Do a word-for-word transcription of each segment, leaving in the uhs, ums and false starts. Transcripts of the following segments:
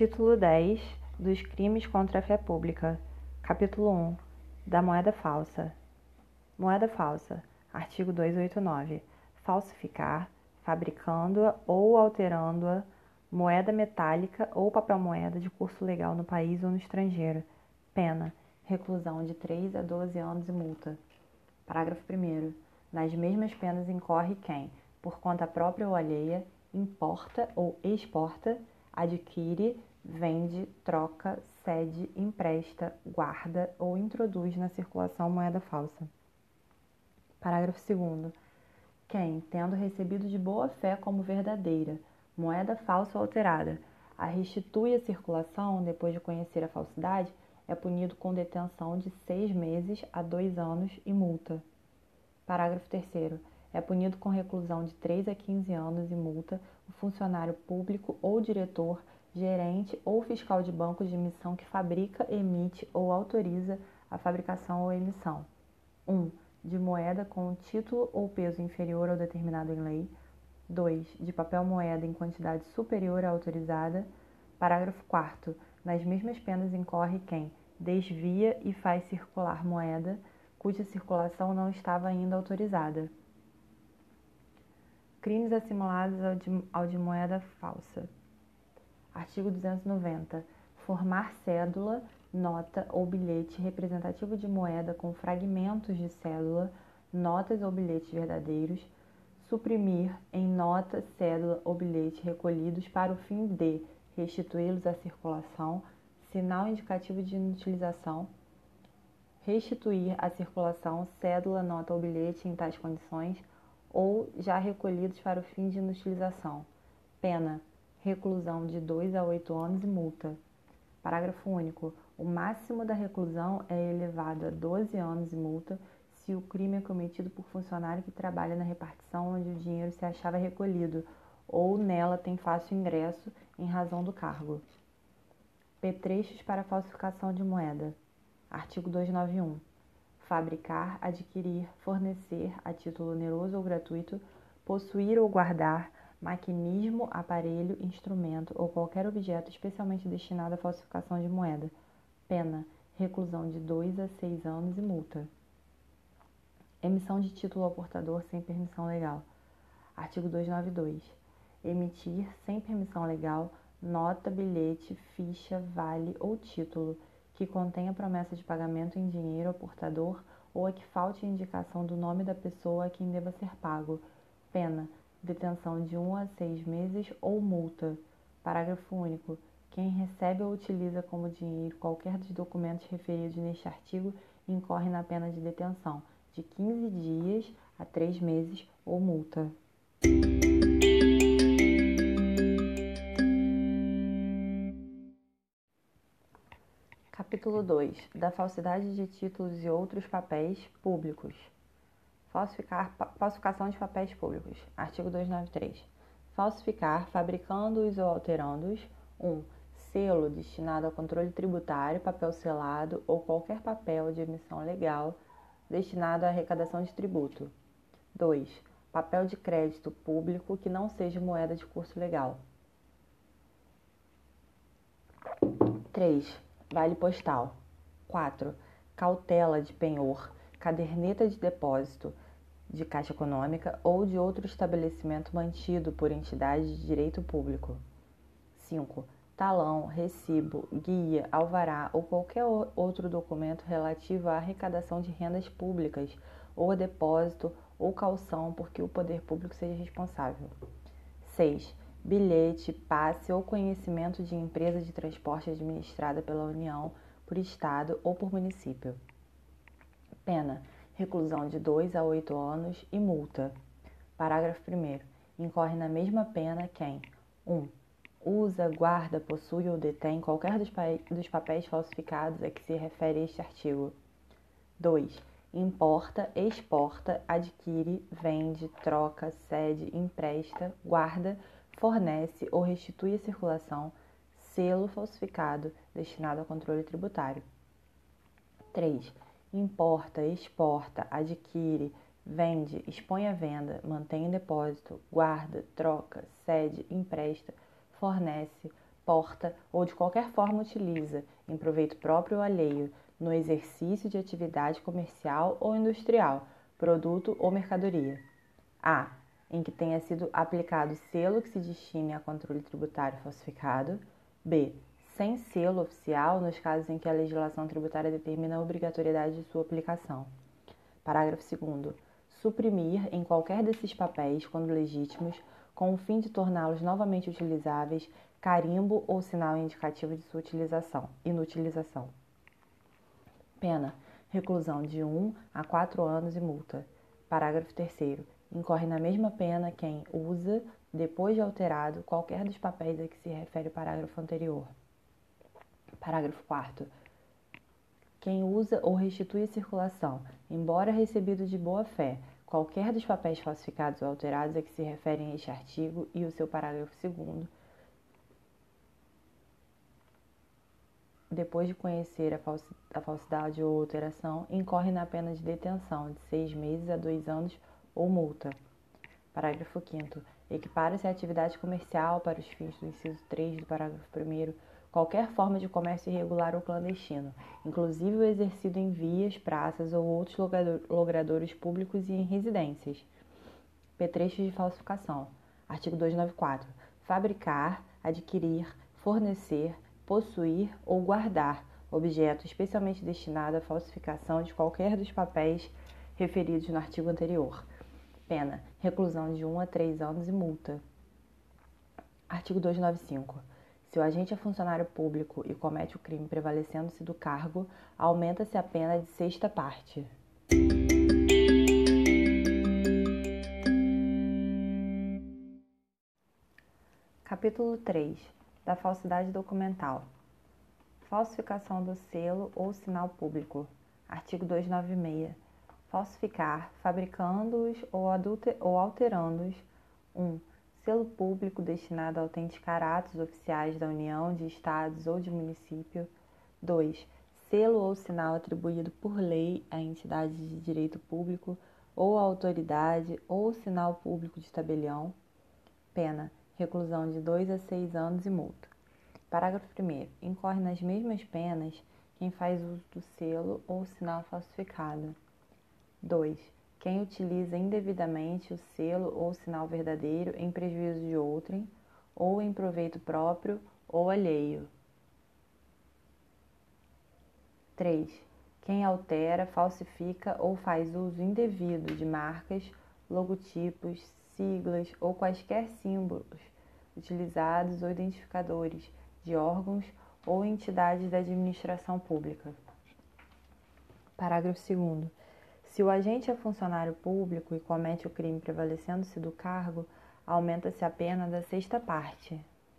Título dez dos Crimes contra a Fé Pública. Capítulo um da Moeda Falsa. Moeda falsa. Artigo duzentos e oitenta e nove. Falsificar, fabricando-a ou alterando-a, moeda metálica ou papel-moeda de curso legal no país ou no estrangeiro. Pena: reclusão de três a doze anos e multa. Parágrafo primeiro. Nas mesmas penas incorre quem, por conta própria ou alheia, importa ou exporta, adquire, vende, troca, cede, empresta, guarda ou introduz na circulação moeda falsa. Parágrafo segundo. Quem, tendo recebido de boa fé como verdadeira, moeda falsa ou alterada, a restitui à circulação depois de conhecer a falsidade, é punido com detenção de seis meses a dois anos e multa. Parágrafo terceiro. É punido com reclusão de três a quinze anos e multa o funcionário público ou diretor, gerente ou fiscal de banco de emissão que fabrica, emite ou autoriza a fabricação ou emissão. um. De moeda com título ou peso inferior ao determinado em lei. dois. De papel moeda em quantidade superior à autorizada. Parágrafo quarto. Nas mesmas penas incorre quem desvia e faz circular moeda cuja circulação não estava ainda autorizada. Crimes assimilados ao de, ao de moeda falsa. Artigo duzentos e noventa. Formar cédula, nota ou bilhete representativo de moeda com fragmentos de cédula, notas ou bilhetes verdadeiros, suprimir em nota, cédula ou bilhete recolhidos para o fim de restituí-los à circulação, sinal indicativo de inutilização, restituir à circulação cédula, nota ou bilhete em tais condições ou já recolhidos para o fim de inutilização. Pena: reclusão de dois a oito anos e multa. Parágrafo único. O máximo da reclusão é elevado a doze anos e multa se o crime é cometido por funcionário que trabalha na repartição onde o dinheiro se achava recolhido ou nela tem fácil ingresso em razão do cargo. Petrechos para falsificação de moeda. Artigo duzentos e noventa e um. Fabricar, adquirir, fornecer, a título oneroso ou gratuito, possuir ou guardar, maquinismo, aparelho, instrumento ou qualquer objeto especialmente destinado à falsificação de moeda. Pena: reclusão de dois a seis anos e multa. Emissão de título ao portador sem permissão legal. Artigo duzentos e noventa e dois. Emitir, sem permissão legal, nota, bilhete, ficha, vale ou título que contenha promessa de pagamento em dinheiro ao portador ou a que falte a indicação do nome da pessoa a quem deva ser pago. Pena: detenção de um a seis meses ou multa. Parágrafo único. Quem recebe ou utiliza como dinheiro qualquer dos documentos referidos neste artigo incorre na pena de detenção de quinze dias a três meses ou multa. Capítulo dois da falsidade de títulos e outros papéis públicos. Falsificar, falsificação de papéis públicos. Artigo duzentos e noventa e três. Falsificar, fabricando-os ou alterando-os. um. Selo destinado ao controle tributário, papel selado ou qualquer papel de emissão legal destinado à arrecadação de tributo. dois. Papel de crédito público que não seja moeda de curso legal. três. Vale postal. quatro. Cautela de penhor, caderneta de depósito de Caixa Econômica ou de outro estabelecimento mantido por entidade de direito público. cinco. Talão, recibo, guia, alvará ou qualquer outro documento relativo à arrecadação de rendas públicas ou a depósito ou calção por que o poder público seja responsável. seis. Bilhete, passe ou conhecimento de empresa de transporte administrada pela União, por Estado ou por município. Pena: reclusão de dois a oito anos e multa. Parágrafo primeiro. Incorre na mesma pena quem: um. Usa, guarda, possui ou detém qualquer dos, pa dos papéis falsificados a que se refere este artigo. dois. Importa, exporta, adquire, vende, troca, cede, empresta, guarda, fornece ou restitui à circulação selo falsificado destinado ao controle tributário. três. Importa, exporta, adquire, vende, expõe à venda, mantém em depósito, guarda, troca, cede, empresta, fornece, porta ou de qualquer forma utiliza, em proveito próprio ou alheio, no exercício de atividade comercial ou industrial, produto ou mercadoria. A. Em que tenha sido aplicado selo que se destine a controle tributário falsificado. B. Sem selo oficial, nos casos em que a legislação tributária determina a obrigatoriedade de sua aplicação. Parágrafo segundo. Suprimir em qualquer desses papéis, quando legítimos, com o fim de torná-los novamente utilizáveis, carimbo ou sinal indicativo de sua utilização, inutilização. Pena: reclusão de um a quatro anos e multa. Parágrafo terceiro. Incorre na mesma pena quem usa, depois de alterado, qualquer dos papéis a que se refere o parágrafo anterior. Parágrafo quarto. Quem usa ou restitui a circulação, embora recebido de boa fé, qualquer dos papéis falsificados ou alterados a que se referem este artigo e o seu parágrafo segundo, depois de conhecer a falsidade ou alteração, incorre na pena de detenção de seis meses a dois anos ou multa. Parágrafo quinto. Equipara-se a atividade comercial para os fins do inciso três do parágrafo primeiro qualquer forma de comércio irregular ou clandestino, inclusive o exercido em vias, praças ou outros logradouros públicos e em residências. Petrechos de falsificação. Artigo duzentos e noventa e quatro. Fabricar, adquirir, fornecer, possuir ou guardar objeto especialmente destinado à falsificação de qualquer dos papéis referidos no artigo anterior. Pena: reclusão de um a três anos e multa. Artigo duzentos e noventa e cinco. Se o agente é funcionário público e comete o crime prevalecendo-se do cargo, aumenta-se a pena de sexta parte. Capítulo três. Da falsidade documental. Falsificação do selo ou sinal público. Artigo duzentos e noventa e seis. Falsificar, fabricando-os ou, ou alterando-os. um. Selo público destinado a autenticar atos oficiais da União, de Estados ou de município. dois. Selo ou sinal atribuído por lei a entidade de direito público ou a autoridade ou sinal público de tabelião. Pena: reclusão de dois a seis anos e multa. Parágrafo primeiro. Incorre nas mesmas penas quem faz uso do selo ou sinal falsificado. dois. Quem utiliza indevidamente o selo ou sinal verdadeiro em prejuízo de outrem, ou em proveito próprio ou alheio. três. Quem altera, falsifica ou faz uso indevido de marcas, logotipos, siglas ou quaisquer símbolos utilizados ou identificadores de órgãos ou entidades da administração pública. Parágrafo segundo. Se o agente é funcionário público e comete o crime prevalecendo-se do cargo, aumenta-se a pena da sexta parte.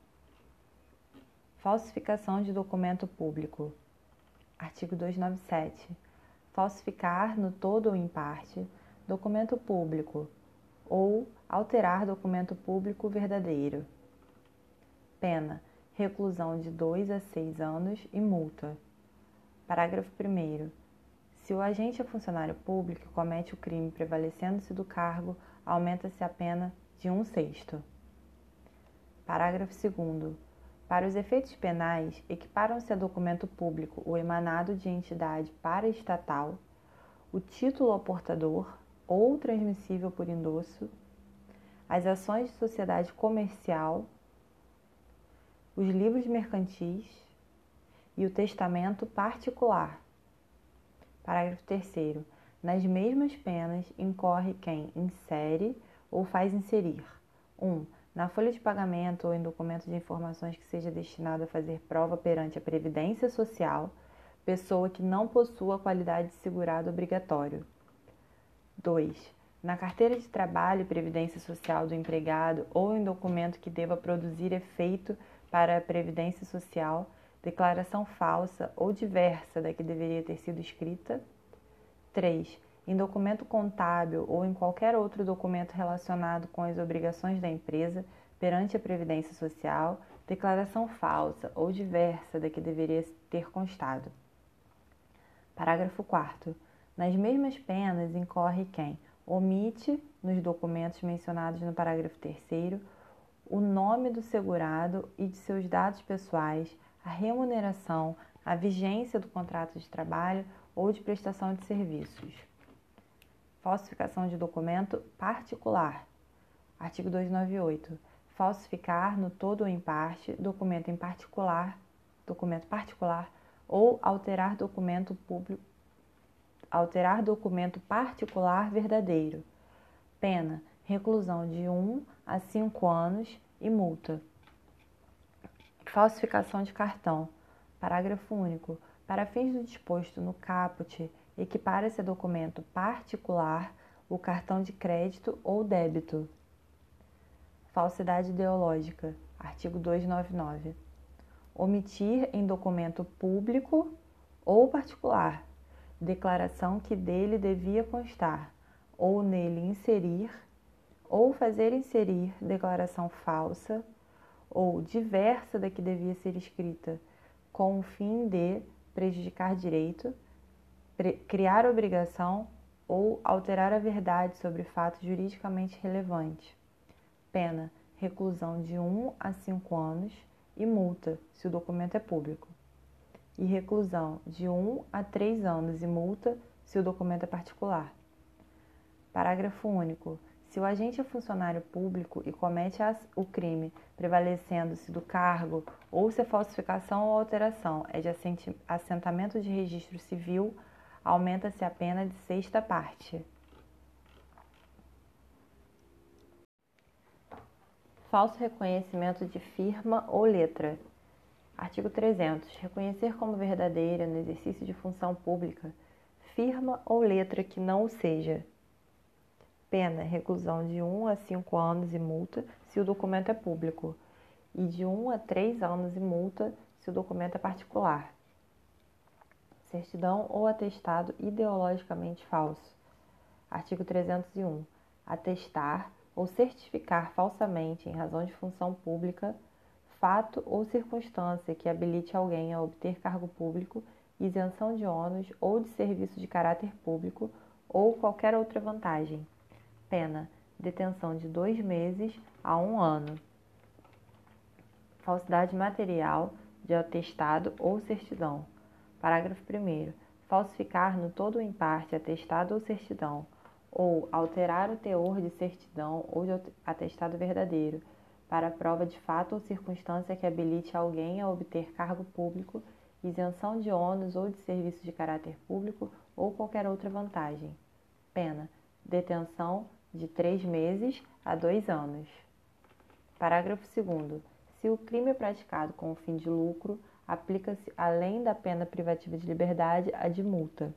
Falsificação de documento público. Artigo duzentos e noventa e sete. Falsificar, no todo ou em parte, documento público ou alterar documento público verdadeiro. Pena: reclusão de dois a seis anos e multa. Parágrafo primeiro. Se o agente é funcionário público e comete o crime prevalecendo-se do cargo, aumenta-se a pena de um sexto. Parágrafo segundo. Para os efeitos penais, equiparam-se a documento público o emanado de entidade paraestatal, o título ao portador ou transmissível por endosso, as ações de sociedade comercial, os livros mercantis e o testamento particular. Parágrafo terceiro. Nas mesmas penas incorre quem insere ou faz inserir. um. Na folha de pagamento ou em documento de informações que seja destinado a fazer prova perante a Previdência Social, pessoa que não possua a qualidade de segurado obrigatório. dois. Na carteira de trabalho e Previdência Social do empregado ou em documento que deva produzir efeito para a Previdência Social, declaração falsa ou diversa da que deveria ter sido escrita. três. Em documento contábil ou em qualquer outro documento relacionado com as obrigações da empresa perante a Previdência Social, declaração falsa ou diversa da que deveria ter constado. Parágrafo quarto. Nas mesmas penas incorre quem omite, nos documentos mencionados no parágrafo terceiro, o nome do segurado e de seus dados pessoais, a remuneração, a vigência do contrato de trabalho ou de prestação de serviços. Falsificação de documento particular. Artigo duzentos e noventa e oito. Falsificar no todo ou em parte documento em particular, documento particular ou alterar documento público, alterar documento particular verdadeiro. Pena: reclusão de um a cinco anos e multa. Falsificação de cartão. Parágrafo único. Para fins do disposto no caput, equipara-se a documento particular o cartão de crédito ou débito. Falsidade ideológica. Artigo duzentos e noventa e nove. Omitir em documento público ou particular declaração que dele devia constar, ou nele inserir, ou fazer inserir declaração falsa ou diversa da que devia ser escrita, com o fim de prejudicar direito, criar obrigação ou alterar a verdade sobre fato juridicamente relevante. Pena: reclusão de um a cinco anos e multa, se o documento é público. E reclusão de um a três anos e multa, se o documento é particular. Parágrafo único. Se o agente é funcionário público e comete o crime prevalecendo-se do cargo, ou se a falsificação ou alteração é de assentamento de registro civil, aumenta-se a pena de sexta parte. Falso reconhecimento de firma ou letra. Artigo trezentos. Reconhecer como verdadeira, no exercício de função pública, firma ou letra que não o seja. Pena: reclusão de um a cinco anos e multa, se o documento é público, e de um a três anos e multa, se o documento é particular. Certidão ou atestado ideologicamente falso. Artigo trezentos e um. Atestar ou certificar falsamente, em razão de função pública, fato ou circunstância que habilite alguém a obter cargo público, isenção de ônus ou de serviço de caráter público ou qualquer outra vantagem. Pena: detenção de dois meses a um ano. Falsidade material de atestado ou certidão. Parágrafo primeiro. Falsificar no todo ou em parte atestado ou certidão, ou alterar o teor de certidão ou de atestado verdadeiro, para prova de fato ou circunstância que habilite alguém a obter cargo público, isenção de ônus ou de serviço de caráter público ou qualquer outra vantagem. Pena: detenção de três meses a dois anos. Parágrafo segundo. Se o crime é praticado com o fim de lucro, aplica-se, além da pena privativa de liberdade, a de multa.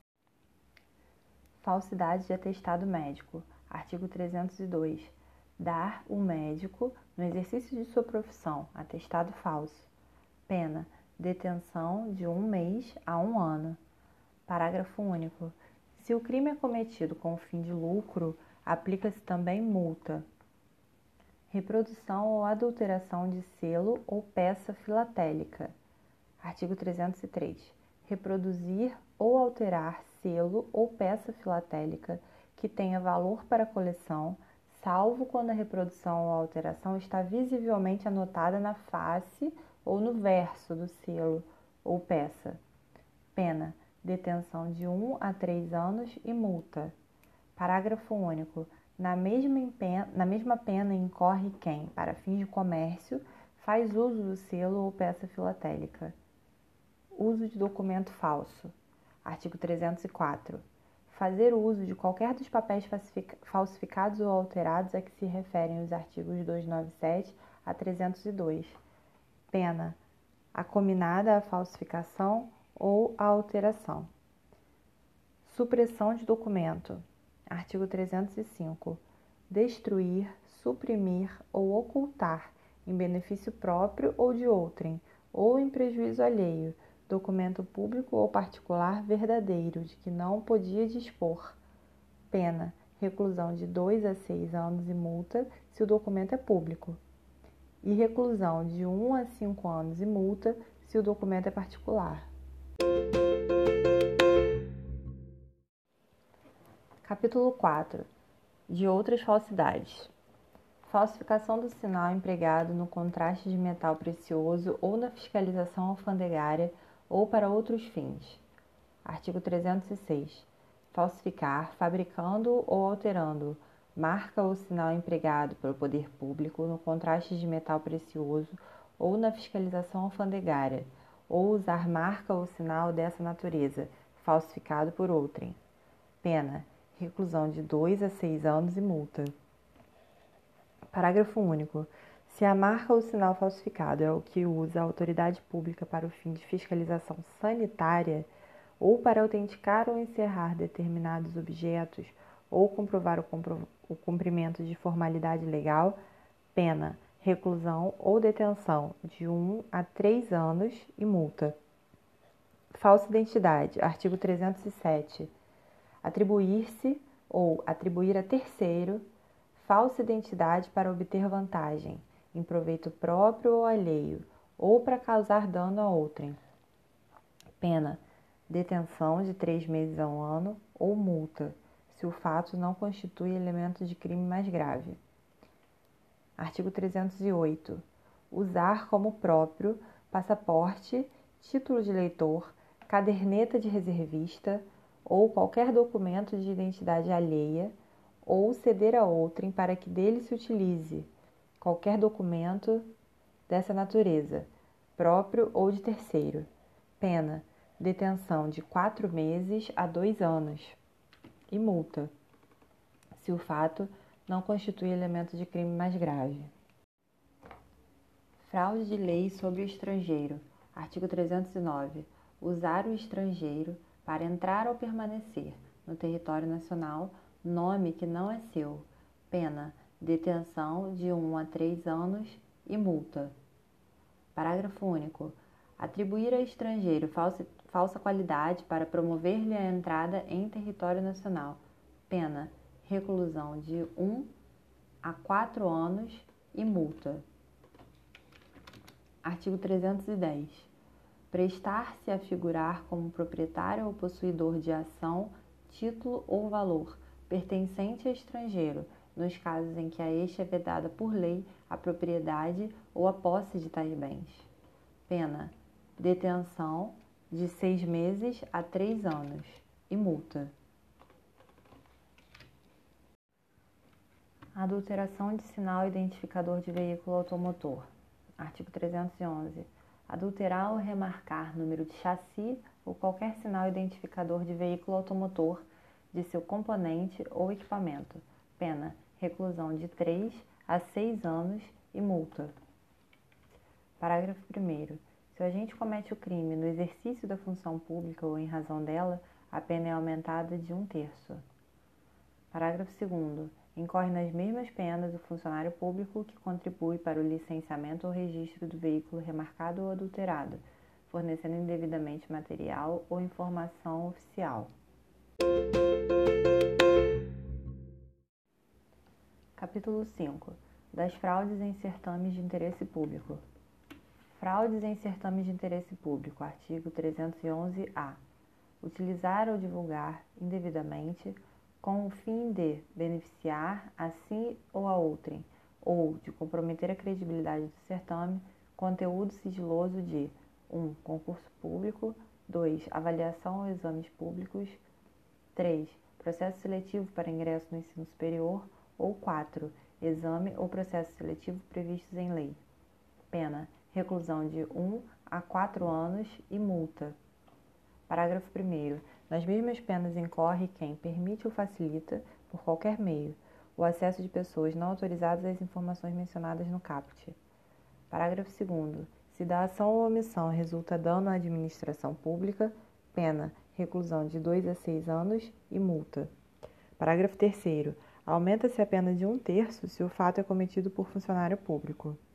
Falsidade de atestado médico. Artigo trezentos e dois. Dar o médico, no exercício de sua profissão, atestado falso. Pena: detenção de um mês a um ano. Parágrafo único. Se o crime é cometido com o fim de lucro, aplica-se também multa. Reprodução ou adulteração de selo ou peça filatélica. Artigo trezentos e três. Reproduzir ou alterar selo ou peça filatélica que tenha valor para a coleção, salvo quando a reprodução ou alteração está visivelmente anotada na face ou no verso do selo ou peça. Pena: detenção de um a três anos e multa. Parágrafo único. Na mesma, pena, na mesma pena incorre quem, para fins de comércio, faz uso do selo ou peça filatélica. Uso de documento falso. Artigo trezentos e quatro. Fazer uso de qualquer dos papéis falsificados ou alterados a que se referem os artigos duzentos e noventa e sete a trezentos e dois. Pena: acominada à falsificação ou à alteração. Supressão de documento. Artigo trezentos e cinco. Destruir, suprimir ou ocultar, em benefício próprio ou de outrem, ou em prejuízo alheio, documento público ou particular verdadeiro, de que não podia dispor. Pena: reclusão de dois a seis anos e multa, se o documento é público. E reclusão de um a cinco anos e multa, se o documento é particular. Capítulo quatro. De outras falsidades. falsificação do sinal empregado no contraste de metal precioso ou na fiscalização alfandegária ou para outros fins. Artigo trezentos e seis. Falsificar, fabricando ou alterando marca ou sinal empregado pelo poder público no contraste de metal precioso ou na fiscalização alfandegária, ou usar marca ou sinal dessa natureza, falsificado por outrem. Pena: reclusão de dois a seis anos e multa. Parágrafo único. Se a marca ou sinal falsificado é o que usa a autoridade pública para o fim de fiscalização sanitária ou para autenticar ou encerrar determinados objetos ou comprovar o, compro- o cumprimento de formalidade legal, pena: reclusão ou detenção de um a três anos e multa. Falsa identidade. Artigo trezentos e sete. Atribuir-se ou atribuir a terceiro falsa identidade para obter vantagem, em proveito próprio ou alheio, ou para causar dano a outrem. Pena: detenção de três meses a um ano ou multa, se o fato não constitui elemento de crime mais grave. Artigo trezentos e oito. Usar como próprio passaporte, título de eleitor, caderneta de reservista ou qualquer documento de identidade alheia, ou ceder a outrem para que dele se utilize qualquer documento dessa natureza, próprio ou de terceiro. Pena: detenção de quatro meses a dois anos e multa, se o fato não constitui elemento de crime mais grave. Fraude de lei sobre o estrangeiro. Artigo trezentos e nove. Usar o estrangeiro para entrar ou permanecer no território nacional nome que não é seu. Pena: detenção de um a três anos e multa. Parágrafo único. Atribuir a estrangeiro falsa, falsa qualidade para promover-lhe a entrada em território nacional. Pena: reclusão de um a quatro anos e multa. Artigo trezentos e dez. Prestar-se a figurar como proprietário ou possuidor de ação, título ou valor pertencente a estrangeiro, nos casos em que a este é vedada por lei a propriedade ou a posse de tais bens. Pena: detenção de seis meses a três anos e multa. Adulteração de sinal identificador de veículo automotor. Artigo trezentos e onze. Adulterar ou remarcar número de chassi ou qualquer sinal identificador de veículo automotor, de seu componente ou equipamento. Pena: reclusão de três a seis anos e multa. Parágrafo primeiro. Se o agente comete o crime no exercício da função pública ou em razão dela, a pena é aumentada de um terço. Parágrafo segundo. Incorre nas mesmas penas o funcionário público que contribui para o licenciamento ou registro do veículo remarcado ou adulterado, fornecendo indevidamente material ou informação oficial. Capítulo cinco. Das fraudes em certames de interesse público. Fraudes em certames de interesse público. Artigo trezentos e onze A. Utilizar ou divulgar indevidamente, com o fim de beneficiar a si ou a outrem, ou de comprometer a credibilidade do certame, conteúdo sigiloso de um concurso público, dois avaliação ou exames públicos, três processo seletivo para ingresso no ensino superior, ou quatro exame ou processo seletivo previstos em lei. Pena: reclusão de um a quatro anos e multa. Parágrafo primeiro. Nas mesmas penas incorre quem permite ou facilita, por qualquer meio, o acesso de pessoas não autorizadas às informações mencionadas no caput. Parágrafo segundo. Se da ação ou omissão resulta dano à administração pública, pena: reclusão de dois a seis anos e multa. Parágrafo terceiro. Aumenta-se a pena de um terço se o fato é cometido por funcionário público.